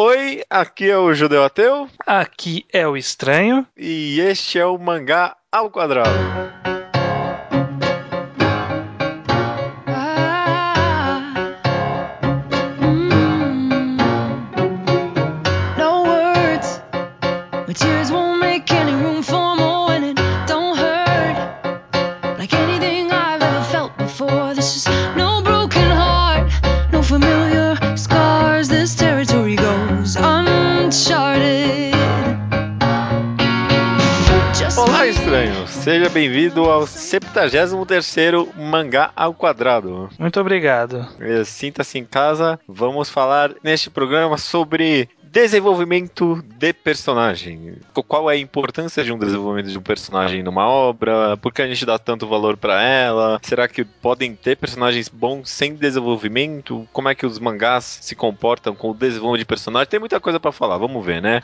Oi, aqui é o Judeu Ateu Aqui é o Estranho. e este é o Mangá ao Quadrado. No words, my tears won't make any room for more, and it don't hurt like anything I've ever felt before. This is no broken heart, no familiar scars. This territory goes uncharted. Olá, estranho! Seja bem-vindo ao 73º Mangá ao Quadrado. Muito obrigado. Sinta-se em casa, vamos falar neste programa sobre desenvolvimento de personagem. Qual é a importância de um desenvolvimento de um personagem numa obra? Por que a gente dá tanto valor pra ela? Será que podem ter personagens bons sem desenvolvimento? Como é que os mangás se comportam com o desenvolvimento de personagem? Tem muita coisa pra falar, vamos ver, né?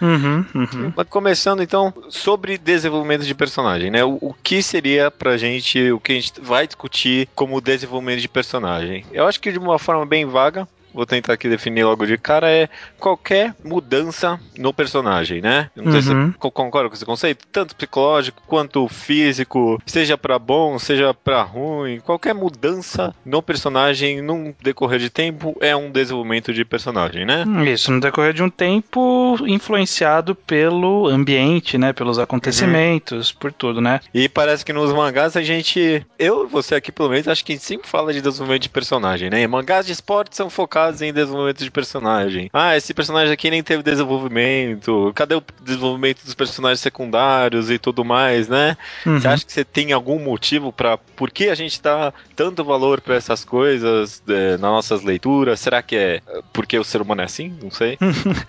Mas começando então sobre desenvolvimento de personagem, né? O que seria pra gente, o que a gente vai discutir como desenvolvimento de personagem? Eu acho que de uma forma bem vaga, vou tentar aqui definir logo de cara, é qualquer mudança no personagem, né? Eu não sei se você concorda com esse conceito, tanto psicológico quanto físico, seja pra bom, seja pra ruim, qualquer mudança no personagem num decorrer de tempo é um desenvolvimento de personagem, né? Isso, no decorrer de um tempo influenciado pelo ambiente, né? Pelos acontecimentos, por tudo, né? E parece que nos mangás a gente, eu e você aqui pelo menos, acho que a gente sempre fala de desenvolvimento de personagem, né? Mangás de esporte são focados em desenvolvimento de personagem. Ah, esse personagem aqui nem teve desenvolvimento. Cadê o desenvolvimento dos personagens secundários e tudo mais, né? Você acha que você tem algum motivo para por que a gente dá tanto valor para essas coisas nas nossas leituras? Será que é porque o ser humano é assim? Não sei.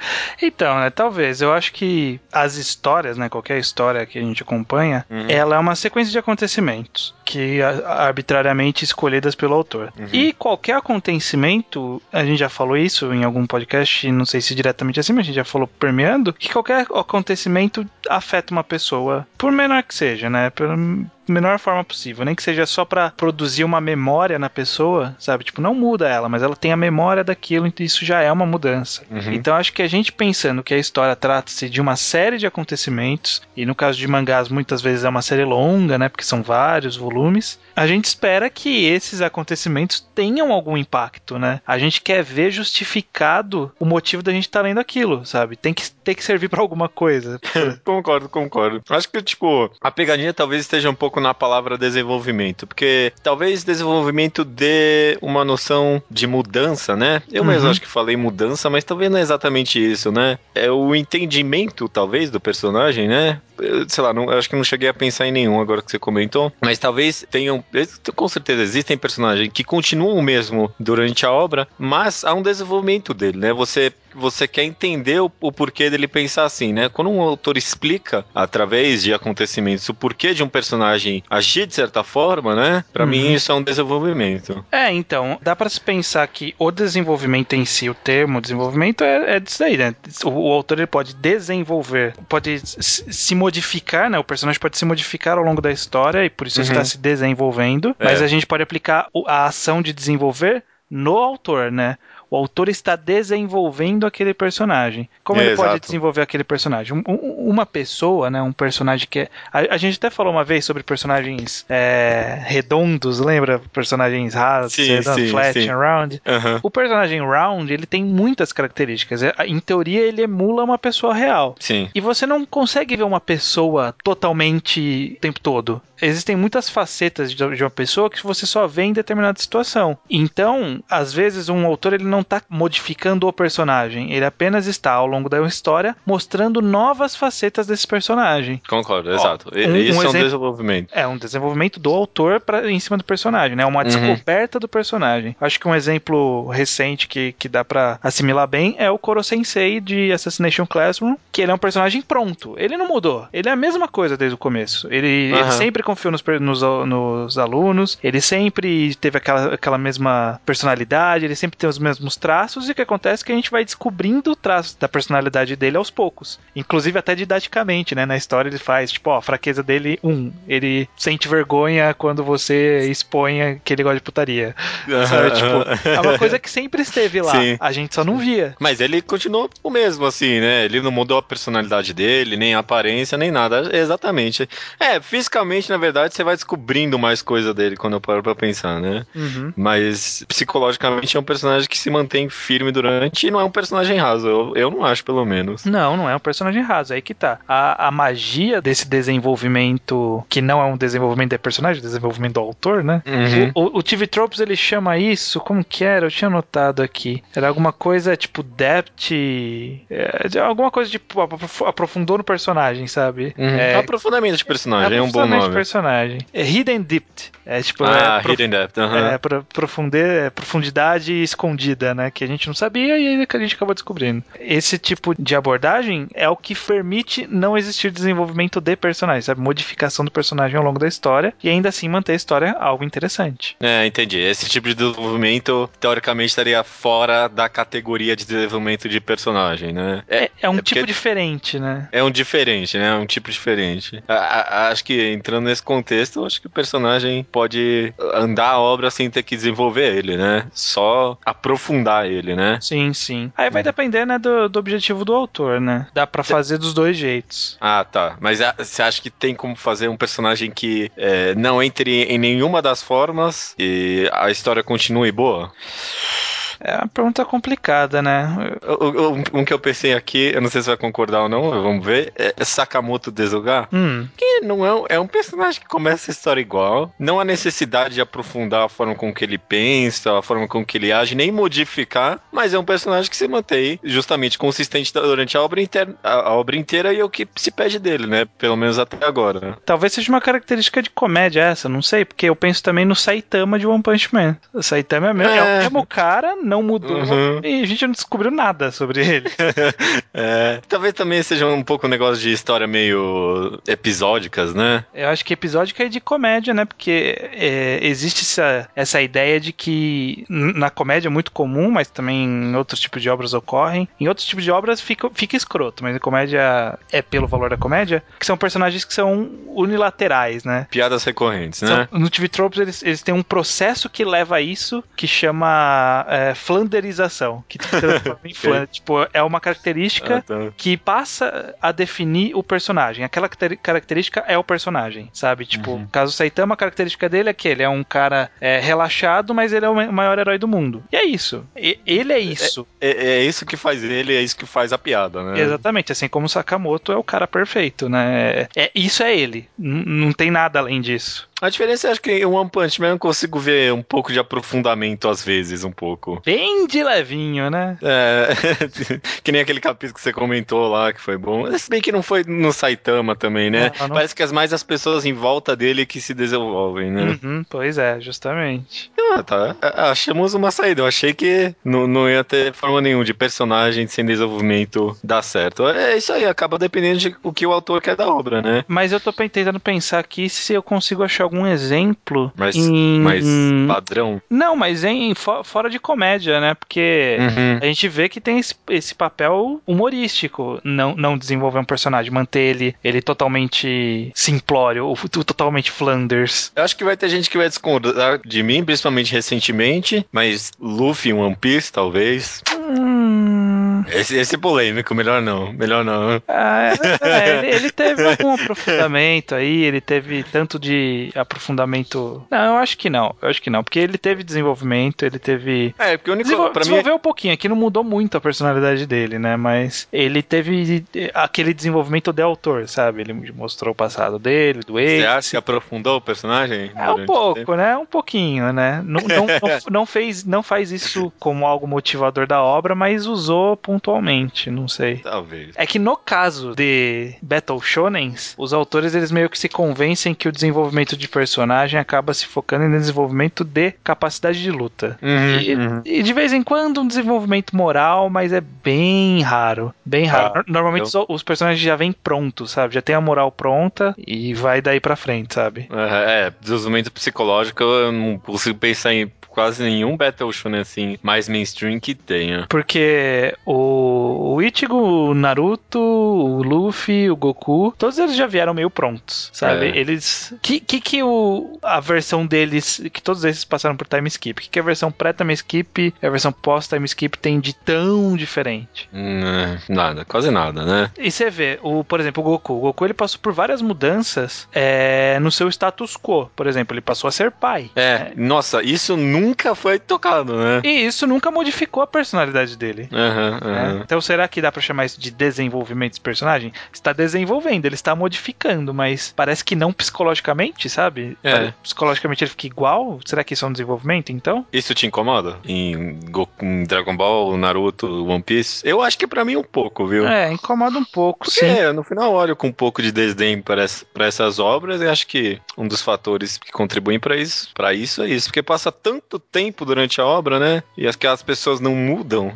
Então, né, talvez. Eu acho que as histórias, né, qualquer história que a gente acompanha, ela é uma sequência de acontecimentos que arbitrariamente escolhidas pelo autor. E qualquer acontecimento, a gente já falou isso em algum podcast, não sei se diretamente assim, mas a gente já falou permeando, que qualquer acontecimento afeta uma pessoa, por menor que seja, né, pela menor forma possível, nem que seja só pra produzir uma memória na pessoa, sabe? Tipo, não muda ela, mas ela tem a memória daquilo, então isso já é uma mudança. Então acho que a gente pensando que a história trata-se de uma série de acontecimentos, e no caso de mangás muitas vezes é uma série longa, né? Porque são vários volumes, a gente espera que esses acontecimentos tenham algum impacto, né? A gente quer ver justificado o motivo da gente estar lendo aquilo, sabe? Tem que servir pra alguma coisa. Concordo. Acho que, tipo, a pegadinha talvez esteja um pouco na palavra desenvolvimento, porque talvez desenvolvimento dê uma noção de mudança, né? Eu mesmo acho que falei mudança, mas talvez não é exatamente isso, né? É o entendimento, talvez, do personagem, né? Sei lá, acho que não cheguei a pensar em nenhum agora que você comentou, mas talvez tenham, com certeza existem personagens que continuam o mesmo durante a obra, mas há um desenvolvimento dele, né? Você quer entender o porquê dele pensar assim, né? Quando um autor explica, através de acontecimentos, o porquê de um personagem agir de certa forma, né? Pra mim isso é um desenvolvimento. Então, dá pra se pensar que o desenvolvimento em si, o termo desenvolvimento é disso aí, né? O autor ele pode desenvolver, pode se modificar, né? O personagem pode se modificar ao longo da história e por isso ele está se desenvolvendo, mas a gente pode aplicar a ação de desenvolver no autor, né? O autor está desenvolvendo aquele personagem. Como ele pode desenvolver aquele personagem? Uma pessoa, né? Um personagem que é... A gente até falou uma vez sobre personagens redondos, lembra? Personagens rasos, redondos, flat and round. O personagem round, ele tem muitas características. Em teoria, ele emula uma pessoa real. Sim. E você não consegue ver uma pessoa totalmente o tempo todo. Existem muitas facetas de uma pessoa que você só vê em determinada situação. Então, às vezes, um autor ele não está modificando o personagem, ele apenas está, ao longo da história, mostrando novas facetas desse personagem. Concordo, exato. Isso é um desenvolvimento. É um desenvolvimento do autor em cima do personagem, né? Uma descoberta do personagem. Acho que um exemplo recente que dá pra assimilar bem é o Koro Sensei de Assassination Classroom, que ele é um personagem pronto. Ele não mudou. Ele é a mesma coisa desde o começo. Ele sempre confiou nos alunos, ele sempre teve aquela mesma personalidade, ele sempre tem os mesmos traços, e o que acontece é que a gente vai descobrindo o traço da personalidade dele aos poucos. Inclusive até didaticamente, né? Na história ele faz, tipo, ó, a fraqueza dele, ele sente vergonha quando você expõe que ele gosta de putaria. Sabe, tipo, é uma coisa que sempre esteve lá, Sim. a gente só não via. Mas ele continuou o mesmo, assim, né? Ele não mudou a personalidade dele, nem a aparência, nem nada. Exatamente. Fisicamente, na verdade, você vai descobrindo mais coisa dele quando eu paro pra pensar, né? Uhum. Mas psicologicamente é um personagem que se mantém firme durante e não é um personagem raso. Eu não acho, pelo menos. Não é um personagem raso, aí que tá. A magia desse desenvolvimento, que não é um desenvolvimento de personagem, desenvolvimento do autor, né? Uhum. O TV Tropes, ele chama isso, como que era? Eu tinha anotado aqui. Era alguma coisa tipo depth, alguma coisa tipo aprofundou no personagem, sabe? Uhum. Aprofundamento de personagem, é um bom nome. De personagem. Hidden Depth. Hidden Depth, profundidade escondida, né? Que a gente não sabia e que a gente acabou descobrindo. Esse tipo de abordagem é o que permite não existir desenvolvimento de personagem, sabe? Modificação do personagem ao longo da história e ainda assim manter a história algo interessante. Entendi. Esse tipo de desenvolvimento, teoricamente, estaria fora da categoria de desenvolvimento de personagem, né? É um tipo diferente, né? É um diferente, né? É um tipo diferente. Acho que entrando nesse contexto, acho que o personagem pode andar a obra sem ter que desenvolver ele, né? Só aprofundar ele, né? Sim, sim. Aí vai depender, né, do objetivo do autor, né? Dá pra fazer dos dois jeitos. Ah, tá. Mas você acha que tem como fazer um personagem que não entre em nenhuma das formas e a história continue boa? É uma pergunta complicada, né? Um que eu pensei aqui, eu não sei se vai concordar ou não, vamos ver, é Sakamoto Desuga. Que não é um personagem que começa a história igual, não há necessidade de aprofundar a forma com que ele pensa, a forma com que ele age, nem modificar, mas é um personagem que se mantém justamente consistente durante a obra inteira e é o que se pede dele, né? Pelo menos até agora. Talvez seja uma característica de comédia essa, não sei, porque eu penso também no Saitama de One Punch Man. O Saitama é o mesmo cara, não mudou e a gente não descobriu nada sobre ele. Talvez também seja um pouco um negócio de história meio episódicas, né? Eu acho que episódica é de comédia, né? Porque existe essa ideia de que na comédia é muito comum, mas também em outros tipos de obras ocorrem. Em outros tipos de obras fica escroto, mas em comédia é pelo valor da comédia, que são personagens que são unilaterais, né? Piadas recorrentes, né? No TV Tropes eles têm um processo que leva a isso, que chama flanderização, que se transforma em Flanders. Tipo, é uma característica que passa a definir o personagem. Aquela característica é o personagem, sabe? Tipo, caso Saitama, a característica dele é que ele é um cara relaxado, mas ele é o maior herói do mundo. E é isso. Ele é isso. É isso que faz ele, é isso que faz a piada, né? Exatamente, assim como o Sakamoto é o cara perfeito, né? Isso é ele. Não tem nada além disso. A diferença é, acho que em One Punch Man eu consigo ver um pouco de aprofundamento às vezes, um pouco. Bem de levinho, né? Que nem aquele capítulo que você comentou lá, que foi bom. Se bem que não foi no Saitama também, né? Não. Parece que mais as pessoas em volta dele que se desenvolvem, né? Pois é, justamente. Tá. Achamos uma saída. Eu achei que não ia ter forma nenhuma de personagem sem desenvolvimento dar certo. É isso aí, acaba dependendo de o que o autor quer da obra, né? Mas eu tô tentando pensar aqui se eu consigo achar algum exemplo mais padrão? Não, mas fora de comédia, né? Porque a gente vê que tem esse papel humorístico, não desenvolver um personagem, manter ele totalmente simplório, ou totalmente Flanders. Eu acho que vai ter gente que vai discordar de mim, principalmente recentemente, mas Luffy em One Piece, talvez. Esse é polêmico, melhor não. Ele teve algum aprofundamento aí, ele teve tanto de aprofundamento... Não, eu acho que não, porque ele teve desenvolvimento, ele teve... Porque o único... Desenvolveu um pouquinho, aqui não mudou muito a personalidade dele, né, mas ele teve aquele desenvolvimento de autor, sabe, ele mostrou o passado dele, do Ace. Você acha que aprofundou o personagem? Um pouco, né, um pouquinho, né, não faz isso como algo motivador da obra, mas usou pontualmente, não sei. Talvez. É que no caso de Battle Shonens, os autores eles meio que se convencem que o desenvolvimento de personagem acaba se focando no desenvolvimento de capacidade de luta. E de vez em quando um desenvolvimento moral, mas é bem raro. Bem raro. Normalmente os personagens já vêm prontos, sabe? Já tem a moral pronta e vai daí pra frente, sabe? Desenvolvimento psicológico, eu não consigo pensar em quase nenhum Battle Shonen assim, mais mainstream que tenha. Porque o Ichigo, o Naruto, o Luffy, o Goku, todos eles já vieram meio prontos, sabe? Eles... a versão deles, que todos esses passaram por time skip, que a versão pré-time skip e a versão pós-time skip tem de tão diferente? Nada, quase nada, né? E você vê, por exemplo, o Goku ele passou por várias mudanças no seu status quo. Por exemplo, ele passou a ser pai. Nossa, isso nunca foi tocado, né? E isso nunca modificou a personalidade dele. Então será que dá pra chamar isso de desenvolvimento de personagem? Está desenvolvendo, ele está modificando, mas parece que não psicologicamente, sabe? Psicologicamente ele fica igual? Será que isso é um desenvolvimento, então? Isso te incomoda? Em Goku, Dragon Ball, Naruto, One Piece? Eu acho que pra mim um pouco, viu? Incomoda um pouco, porque, sim. No final eu olho com um pouco de desdém pra essas obras e acho que um dos fatores que contribuem pra isso é isso, porque passa tanto tempo durante a obra, né? E aquelas pessoas não mudam.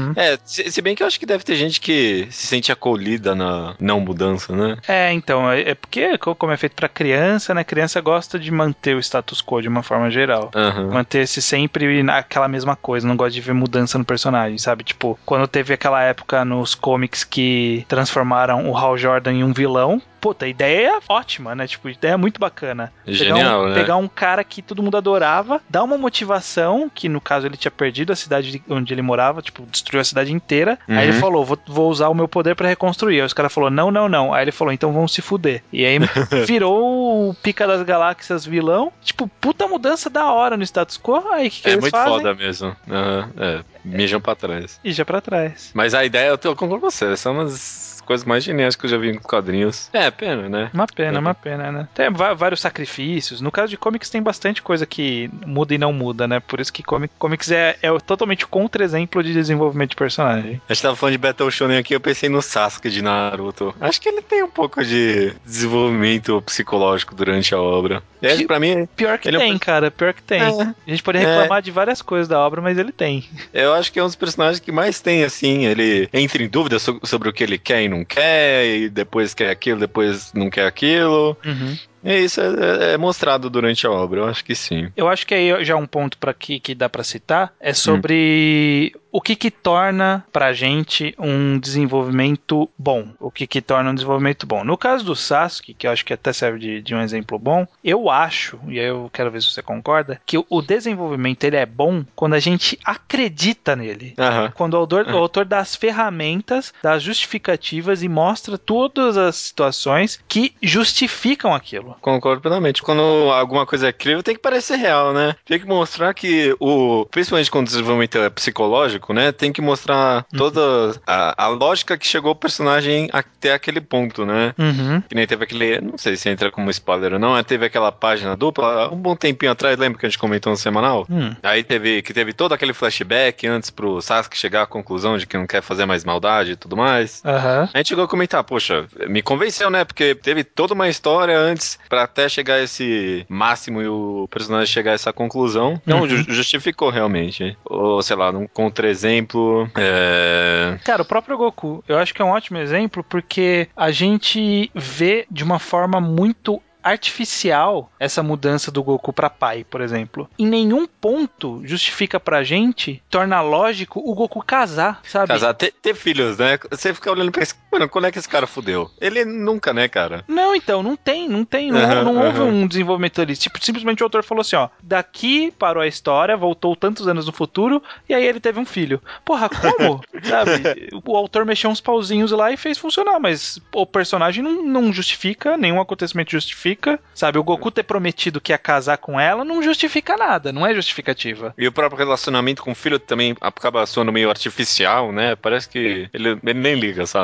Se bem que eu acho que deve ter gente que se sente acolhida na não mudança, né? Então, é porque como é feito pra criança, né? Criança gosta de manter o status quo de uma forma geral. Manter-se sempre naquela mesma coisa, não gosta de ver mudança no personagem, sabe? Tipo, quando teve aquela época nos comics que transformaram o Hal Jordan em um vilão, puta, a ideia é ótima, né? Tipo, a ideia é muito bacana. Genial, né? Pegar um cara que todo mundo adorava, dar uma motivação, que no caso ele tinha perdido a cidade onde ele morava, tipo, destruiu a cidade inteira. Aí ele falou, vou usar o meu poder pra reconstruir. Aí os caras falaram, não. Aí ele falou, então vamos se fuder. E aí virou o Pica das Galáxias vilão. Tipo, puta mudança da hora no status quo. Aí o que eles fazem? É muito foda mesmo. Mijam pra trás. Mija pra trás. Mas a ideia, eu concordo com você, são umas coisas mais geniais que eu já vi em quadrinhos. Pena, né? Uma pena, né? Tem vários sacrifícios. No caso de comics tem bastante coisa que muda e não muda, né? Por isso que comics é totalmente o contra-exemplo de desenvolvimento de personagem. A gente tava falando de Battle Shonen aqui, eu pensei no Sasuke de Naruto. Acho que ele tem um pouco de desenvolvimento psicológico durante a obra. Pra mim... Pior que tem, cara. Pior que tem. A gente pode reclamar de várias coisas da obra, mas ele tem. Eu acho que é um dos personagens que mais tem, assim, ele entra em dúvida sobre o que ele quer e não quer, e depois quer aquilo, depois não quer aquilo. E isso é mostrado durante a obra, eu acho que sim. Eu acho que aí já um ponto que dá pra citar é sobre o que torna pra gente um desenvolvimento bom. O que torna um desenvolvimento bom. No caso do Sasuke, que eu acho que até serve de um exemplo bom, eu acho, e aí eu quero ver se você concorda, que o desenvolvimento ele é bom quando a gente acredita nele. Quando o autor dá as ferramentas, dá as justificativas e mostra todas as situações que justificam aquilo. Concordo plenamente. Quando alguma coisa é crível, tem que parecer real, né? Tem que mostrar que principalmente quando o desenvolvimento é psicológico, né? Tem que mostrar toda a lógica que chegou o personagem até aquele ponto, né? Que nem teve aquele... Não sei se entra como spoiler ou não, teve aquela página dupla um bom tempinho atrás, lembra que a gente comentou no semanal? Aí teve todo aquele flashback antes pro Sasuke chegar à conclusão de que não quer fazer mais maldade e tudo mais. A gente chegou a comentar, poxa, me convenceu, né? Porque teve toda uma história antes pra até chegar a esse máximo e o personagem chegar a essa conclusão. Então justificou realmente. Ou, sei lá, num contra-exemplo... Cara, o próprio Goku, eu acho que é um ótimo exemplo porque a gente vê de uma forma muito artificial essa mudança do Goku pra pai, por exemplo. Em nenhum ponto justifica pra gente, torna lógico o Goku casar, sabe? Casar, ter filhos, né? Você fica olhando pra esse... Mano, quando é que esse cara fudeu? Ele nunca, né, cara? Não, então, não tem. Não houve um desenvolvimento ali. Tipo, simplesmente o autor falou assim, ó, daqui parou a história, voltou tantos anos no futuro, e aí ele teve um filho. Porra, como? Sabe? O autor mexeu uns pauzinhos lá e fez funcionar, mas o personagem não justifica, nenhum acontecimento justifica, sabe? O Goku ter prometido que ia casar com ela não justifica nada, não é justificativa. E o próprio relacionamento com o filho também acaba soando meio artificial, né? Parece que ele nem liga, sabe? Nossa,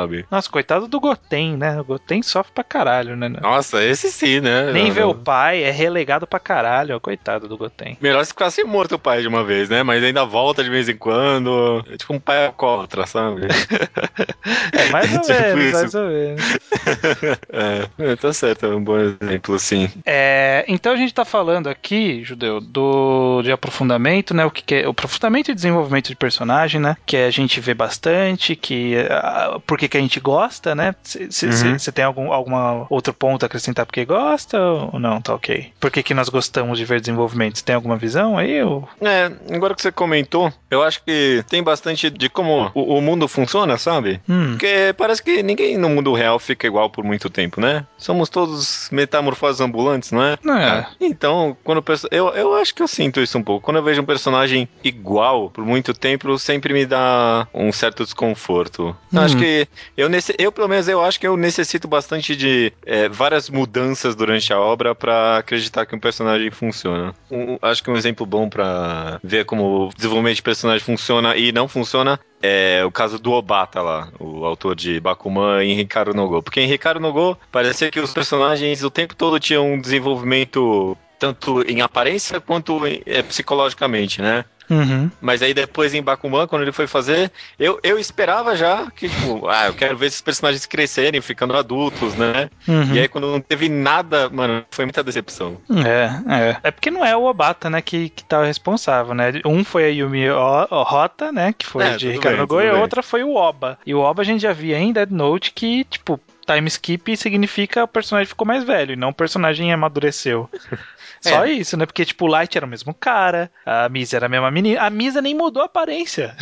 Nossa, coitado do Goten, né? O Goten sofre pra caralho, né? Nossa, esse sim, né? Nem vê o pai, é relegado pra caralho, coitado do Goten. Melhor se ficasse morto o pai de uma vez, né? Mas ainda volta de vez em quando. É tipo um pai alcoólatra, sabe? É, mais ou Tipo menos, isso. mais ou menos. Tá certo, é um bom exemplo, sim. Então a gente tá falando aqui, Judeu, de aprofundamento, né? O aprofundamento e desenvolvimento de personagem, né? Que a gente vê bastante, por que a gente gosta, né? Você tem alguma outro ponto a acrescentar porque gosta ou não? Tá ok. Por que nós gostamos de ver desenvolvimento? Você tem alguma visão aí? Ou... Agora que você comentou, eu acho que tem bastante de como o mundo funciona, sabe? Porque parece que ninguém no mundo real fica igual por muito tempo, né? Somos todos metamorfoses ambulantes, não é? Então, quando eu acho que eu sinto isso um pouco. Quando eu vejo um personagem igual por muito tempo, sempre me dá um certo desconforto. Acho que eu pelo menos eu acho que eu necessito bastante de várias mudanças durante a obra pra acreditar que um personagem funciona. Acho que um exemplo bom pra ver como o desenvolvimento de personagem funciona e não funciona é o caso do Obata lá, o autor de Bakuman em Hikaru no Go. Porque em Hikaru no Go parecia que os personagens o tempo todo tinham um desenvolvimento tanto em aparência quanto psicologicamente, né? Mas aí depois em Bakuman, quando ele foi fazer, eu esperava já que, tipo, eu quero ver esses personagens crescerem, ficando adultos, né? E aí quando não teve nada, mano, foi muita decepção. É porque não é o Obata, né, que tá responsável, né? Um foi a Yumi Hotta, né, que foi de Hikaru no Go, e a outra foi o Oba. E o Oba a gente já via em Dead Note que, tipo, time skip significa o personagem ficou mais velho, e não o personagem amadureceu. Só isso, né? Porque, tipo, o Light era o mesmo cara, a Misa era a mesma menina. A Misa nem mudou a aparência.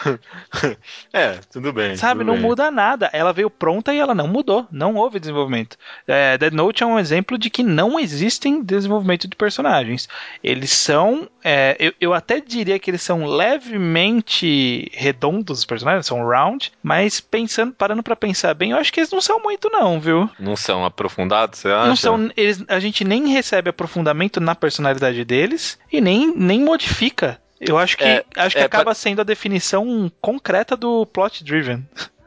Tudo bem. Sabe, não muda nada. Ela veio pronta e ela não mudou. Não houve desenvolvimento. Dead Note é um exemplo de que não existem desenvolvimento de personagens. Eles são... eu até diria que eles são levemente redondos, os personagens, são round, mas parando pra pensar bem, eu acho que eles não são muito não, viu? Não são aprofundados, você acha? Não são, a gente nem recebe aprofundamento na personalidade deles e nem modifica. Eu acho que acaba sendo a definição concreta do plot driven.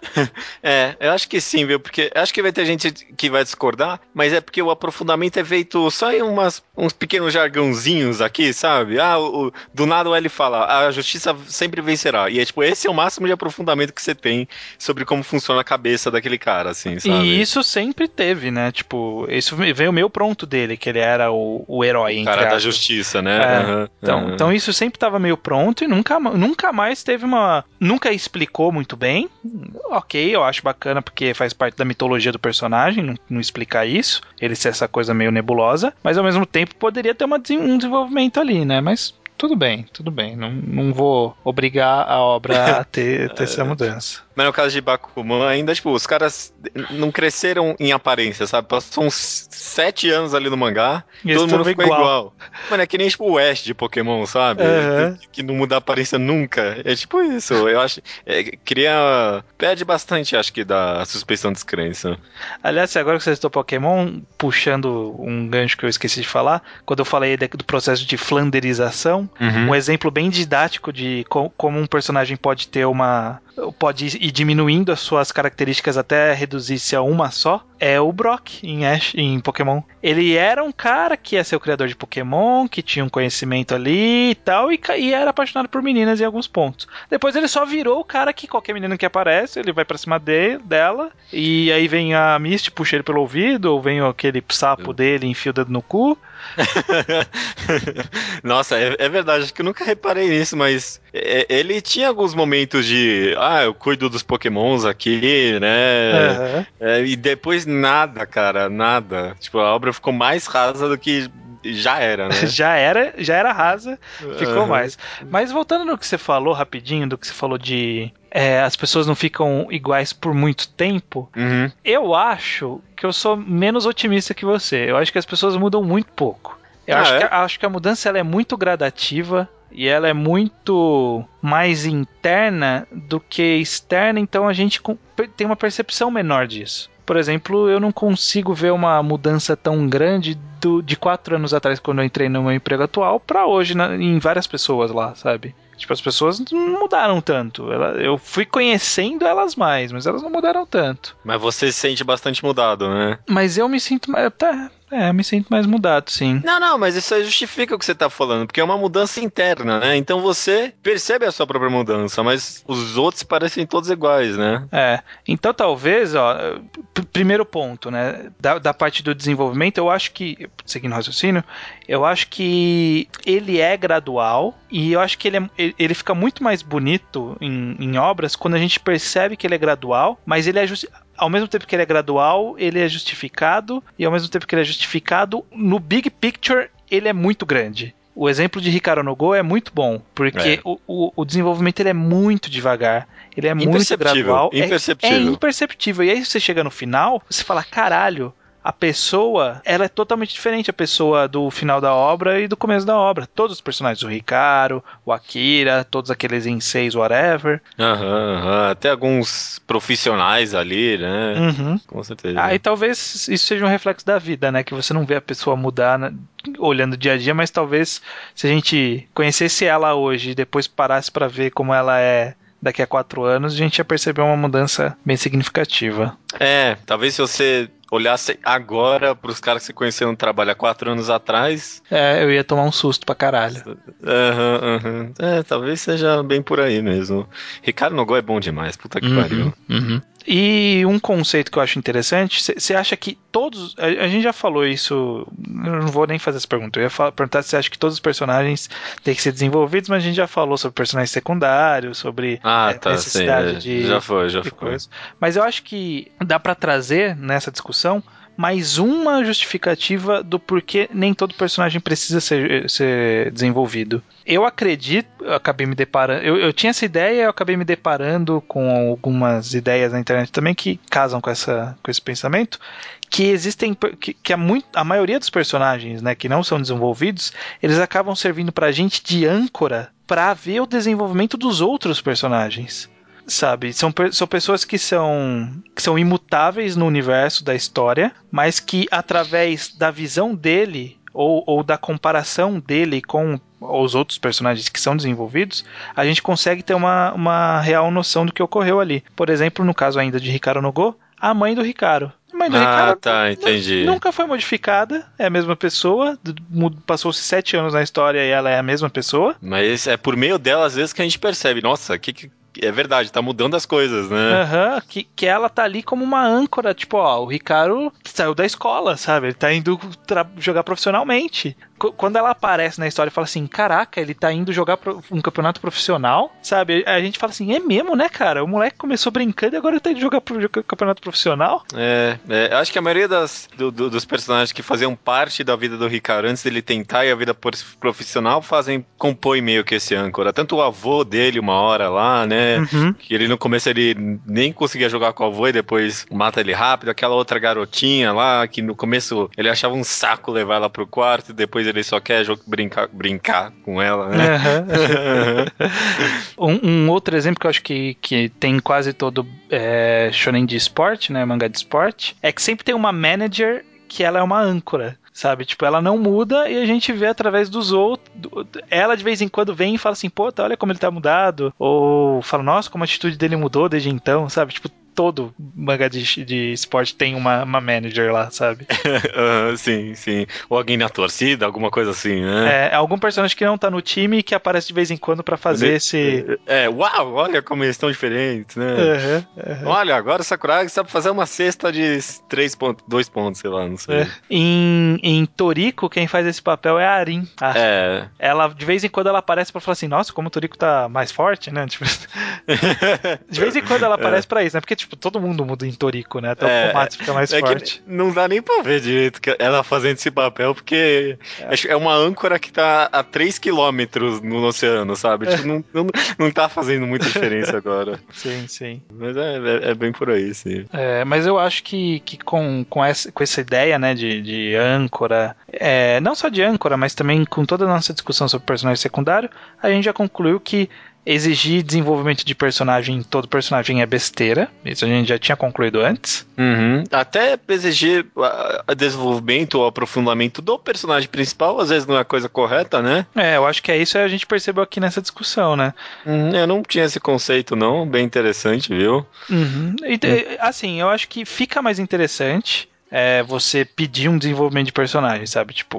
Eu acho que sim, viu? Porque acho que vai ter gente que vai discordar, mas é porque o aprofundamento é feito só em uns pequenos jargãozinhos aqui, sabe? Do nada ele fala, a justiça sempre vencerá. E tipo, esse é o máximo de aprofundamento que você tem sobre como funciona a cabeça daquele cara, assim, sabe? E isso sempre teve, né? Tipo, isso veio meio pronto dele, que ele era o herói, o cara da justiça, né? Então isso sempre estava meio pronto e nunca mais teve nunca explicou muito bem. Ok, eu acho bacana porque faz parte da mitologia do personagem, não explicar isso, ele ser essa coisa meio nebulosa, mas ao mesmo tempo poderia ter um desenvolvimento ali, né? Mas tudo bem, não vou obrigar a obra a ter essa mudança. Mas no caso de Bakuman, ainda, tipo, os caras não cresceram em aparência, sabe? Passou uns 7 anos ali no mangá, e todo mundo ficou igual. Mano, é que nem, tipo, o Ash de Pokémon, sabe? Que não muda a aparência nunca. É tipo isso, eu acho. Perde bastante, acho que, da suspeição de descrença. Aliás, agora que você citou Pokémon, puxando um gancho que eu esqueci de falar, quando eu falei do processo de flanderização, um exemplo bem didático de como um personagem pode pode ir diminuindo as suas características até reduzir-se a uma só, é o Brock em Pokémon. Ele era um cara que ia ser o criador de Pokémon, que tinha um conhecimento ali e tal, e era apaixonado por meninas em alguns pontos. Depois ele só virou o cara que qualquer menina que aparece, ele vai pra cima dela, e aí vem a Misty, puxa ele pelo ouvido, ou vem aquele sapo dele e enfia o dedo no cu. Nossa, é verdade, acho que eu nunca reparei nisso, mas ele tinha alguns momentos de eu cuido dos Pokémons aqui, né? E depois nada, cara, nada. Tipo, a obra ficou mais rasa do que já era, né? já era rasa, ficou mais. Mas voltando no que você falou rapidinho, do que você falou de as pessoas não ficam iguais por muito tempo, eu acho que eu sou menos otimista que você. Eu acho que as pessoas mudam muito pouco. Eu acho que a mudança ela é muito gradativa e ela é muito mais interna do que externa, então a gente tem uma percepção menor disso. Por exemplo, eu não consigo ver uma mudança tão grande de 4 anos atrás, quando eu entrei no meu emprego atual, pra hoje, em várias pessoas lá, sabe? Tipo, as pessoas não mudaram tanto. Eu fui conhecendo elas mais, mas elas não mudaram tanto. Mas você se sente bastante mudado, né? Mas eu me sinto mais... eu me sinto mais mudado, sim. Não, mas isso aí justifica o que você tá falando, porque é uma mudança interna, né? Então você percebe a sua própria mudança, mas os outros parecem todos iguais, né? Então talvez, primeiro ponto, né, da parte do desenvolvimento, eu acho que, seguindo o raciocínio, eu acho que ele é gradual e eu acho que ele fica muito mais bonito em obras quando a gente percebe que ele é gradual, mas ele é ao mesmo tempo que ele é gradual, ele é justificado, e ao mesmo tempo que ele é justificado, no big picture, ele é muito grande. O exemplo de Hikaru no Go é muito bom, porque o desenvolvimento ele é muito devagar, ele é muito gradual. Imperceptível. É imperceptível. E aí você chega no final, você fala, caralho, a pessoa, ela é totalmente diferente, a pessoa do final da obra e do começo da obra. Todos os personagens, o Hikaru, o Akira, todos aqueles Inseis, whatever. Até alguns profissionais ali, né? Uhum. Com certeza. E talvez isso seja um reflexo da vida, né? Que você não vê a pessoa mudar olhando o dia a dia, mas talvez se a gente conhecesse ela hoje e depois parasse pra ver como ela é daqui a 4 anos, a gente ia perceber uma mudança bem significativa. Talvez se você olhasse agora pros caras que você conheceu no trabalho há 4 anos atrás... eu ia tomar um susto pra caralho. Talvez seja bem por aí mesmo. Ricardo Nogó é bom demais, puta que pariu. E um conceito que eu acho interessante, você acha que todos... A gente já falou isso, eu não vou nem fazer essa pergunta, eu ia perguntar se você acha que todos os personagens têm que ser desenvolvidos, mas a gente já falou sobre personagens secundários, sobre necessidade de... Já foi. Coisa. Mas eu acho que dá pra trazer nessa discussão mais uma justificativa do porquê nem todo personagem precisa ser desenvolvido. Eu acredito, eu acabei me deparando, eu tinha essa ideia, eu acabei me deparando com algumas ideias na internet também que casam com esse pensamento, que existem, que a maioria dos personagens, né, que não são desenvolvidos, eles acabam servindo pra gente de âncora pra ver o desenvolvimento dos outros personagens. Sabe, são pessoas que são imutáveis no universo da história, mas que através da visão dele ou da comparação dele com os outros personagens que são desenvolvidos, a gente consegue ter uma real noção do que ocorreu ali. Por exemplo, no caso ainda de Hikaru no Go, a mãe do Hikaru. A mãe do Hikaru entendi. Nunca foi modificada, é a mesma pessoa, passou-se 7 anos na história e ela é a mesma pessoa. Mas é por meio dela, às vezes, que a gente percebe, nossa, é verdade, tá mudando as coisas, né? Que ela tá ali como uma âncora, tipo, o Hikaru saiu da escola, sabe? Ele tá indo jogar profissionalmente. Quando ela aparece na história e fala assim, caraca, ele tá indo jogar um campeonato profissional, sabe? A gente fala assim, é mesmo, né, cara? O moleque começou brincando e agora ele tá indo jogar campeonato profissional. Eu acho que a maioria dos personagens que faziam parte da vida do Hikaru antes dele tentar ir a vida profissional compõem meio que esse âncora. Tanto o avô dele uma hora lá, né? Que ele no começo ele nem conseguia jogar com o avô e depois mata ele rápido. Aquela outra garotinha lá, que no começo ele achava um saco levar ela pro quarto e depois ele só quer brincar com ela, né? Um outro exemplo que eu acho que tem quase todo shonen de esporte, né? Mangá de esporte, é que sempre tem uma manager que ela é uma âncora. Sabe, tipo, ela não muda e a gente vê através dos outros. Ela de vez em quando vem e fala assim, pô, olha como ele tá mudado. Ou fala, nossa, como a atitude dele mudou desde então, sabe? Tipo, todo mangá de esporte tem uma manager lá, sabe? Sim. Ou alguém na torcida, alguma coisa assim, né? Algum personagem que não tá no time e que aparece de vez em quando pra fazer esse... Uau, olha como eles estão diferentes, né? Olha, agora o Sakuragi sabe fazer uma cesta de 2 pontos, sei lá, não sei. Em Toriko, quem faz esse papel é a Arin. Ela, de vez em quando, ela aparece pra falar assim, nossa, como o Toriko tá mais forte, né? Tipo... de vez em quando ela aparece pra isso, né? Porque, tipo, todo mundo muda em Toriko, né? Até o Komatsu fica mais forte. Não dá nem pra ver direito ela fazendo esse papel, porque é uma âncora que tá a 3 quilômetros no oceano, sabe? Tipo, não tá fazendo muita diferença agora. Sim. Mas é bem por aí, sim. Mas eu acho que com essa ideia, né, de âncora, não só de âncora, mas também com toda a nossa discussão sobre personagem secundário, a gente já concluiu que exigir desenvolvimento de personagem em todo personagem é besteira. Isso a gente já tinha concluído antes. Até exigir desenvolvimento ou aprofundamento do personagem principal, às vezes não é a coisa correta, né? Eu acho que é isso que a gente percebeu aqui nessa discussão, né? Eu não tinha esse conceito, não. Bem interessante, viu? Assim, eu acho que fica mais interessante você pedir um desenvolvimento de personagem, sabe? Tipo,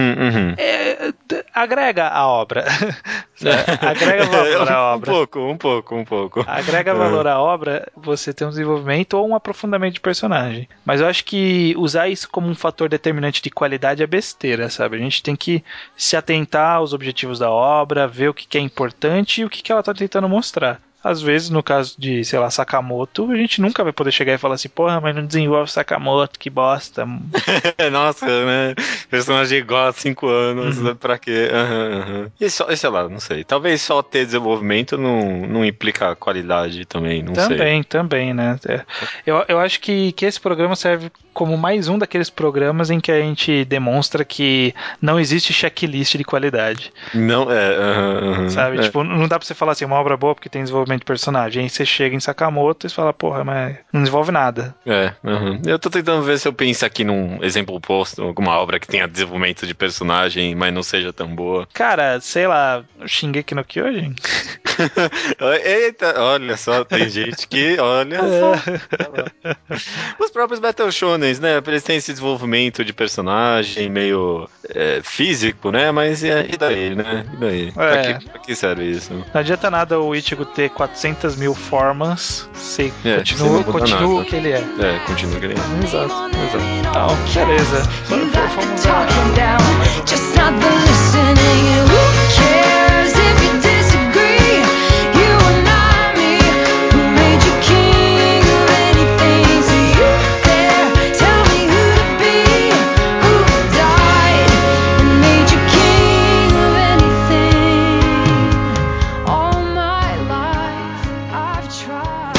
agrega a obra. Agrega valor à obra. Um pouco. Agrega valor à obra você ter um desenvolvimento ou um aprofundamento de personagem. Mas eu acho que usar isso como um fator determinante de qualidade é besteira, sabe? A gente tem que se atentar aos objetivos da obra, ver o que é importante e o que ela tá tentando mostrar. Às vezes, no caso de, sei lá, Sakamoto, a gente nunca vai poder chegar e falar assim, porra, mas não desenvolve Sakamoto, que bosta. Nossa, né? Personagem igual há 5 anos, pra quê? E só, sei lá, não sei. Talvez só ter desenvolvimento não implica qualidade também, não sei. Também, né? Eu acho que esse programa serve como mais um daqueles programas em que a gente demonstra que não existe checklist de qualidade. Não, sabe? Tipo, não dá pra você falar assim, uma obra boa porque tem desenvolvimento de personagem. Aí você chega em Sakamoto e fala, porra, mas não desenvolve nada. Eu tô tentando ver se eu penso aqui num exemplo oposto, alguma obra que tenha desenvolvimento de personagem, mas não seja tão boa. Cara, sei lá, Shingeki no Kyojin? Eita, olha só, tem gente que, olha só. Os próprios Battle Shonens, né? Eles têm esse desenvolvimento de personagem meio físico, né? Mas e daí, né? E daí? Pra que serve isso? Não adianta nada o Ichigo ter 400 mil formas se continua o que ele é. Continua o que ele é. Exato. Então, beleza. Vamos lá. Just not the listening. And who cares if you disagree? You and I, me, who made you king of anything? So you there, tell me who to be, who died and made you king of anything. All my life I've tried.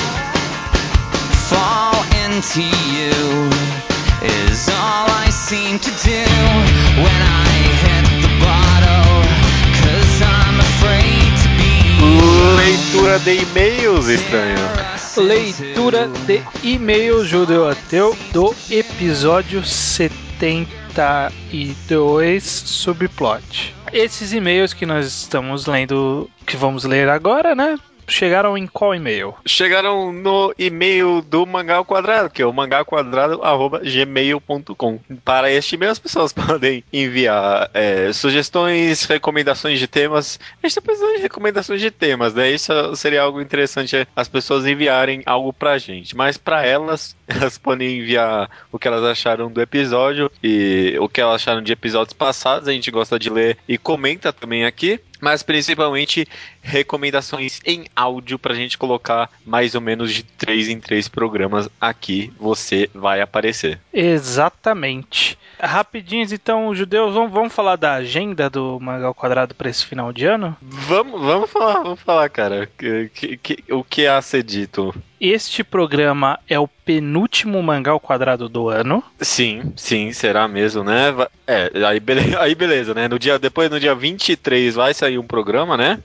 Fall into you is all I seem to do when I hit the bottle, 'cause I'm afraid to be. Leitura de e-mails, estranho. Leitura de e-mails judeu ateu do episódio 72 subplot. Esses e-mails que nós estamos lendo, que vamos ler agora, né? Chegaram em qual e-mail? Chegaram no e-mail do Mangá ao Quadrado, que é o mangaquadrado@gmail.com. Para este e-mail as pessoas podem enviar sugestões, recomendações de temas. A gente tá precisando de recomendações de temas, né? Isso seria algo interessante, as pessoas enviarem algo pra gente. Mas pra elas podem enviar o que elas acharam do episódio e o que elas acharam de episódios passados. A gente gosta de ler e comenta também aqui. Mas principalmente recomendações em áudio pra gente colocar mais ou menos de 3 em 3 programas aqui. Você vai aparecer. Exatamente. Rapidinhos, então, judeus, vamos falar da agenda do Mangá ao Quadrado para esse final de ano? Vamos falar, cara. O que há a ser dito? Este programa é o penúltimo Mangá ao Quadrado do ano. Sim, será mesmo, né? Aí beleza, né? No dia 23 vai sair um programa, né?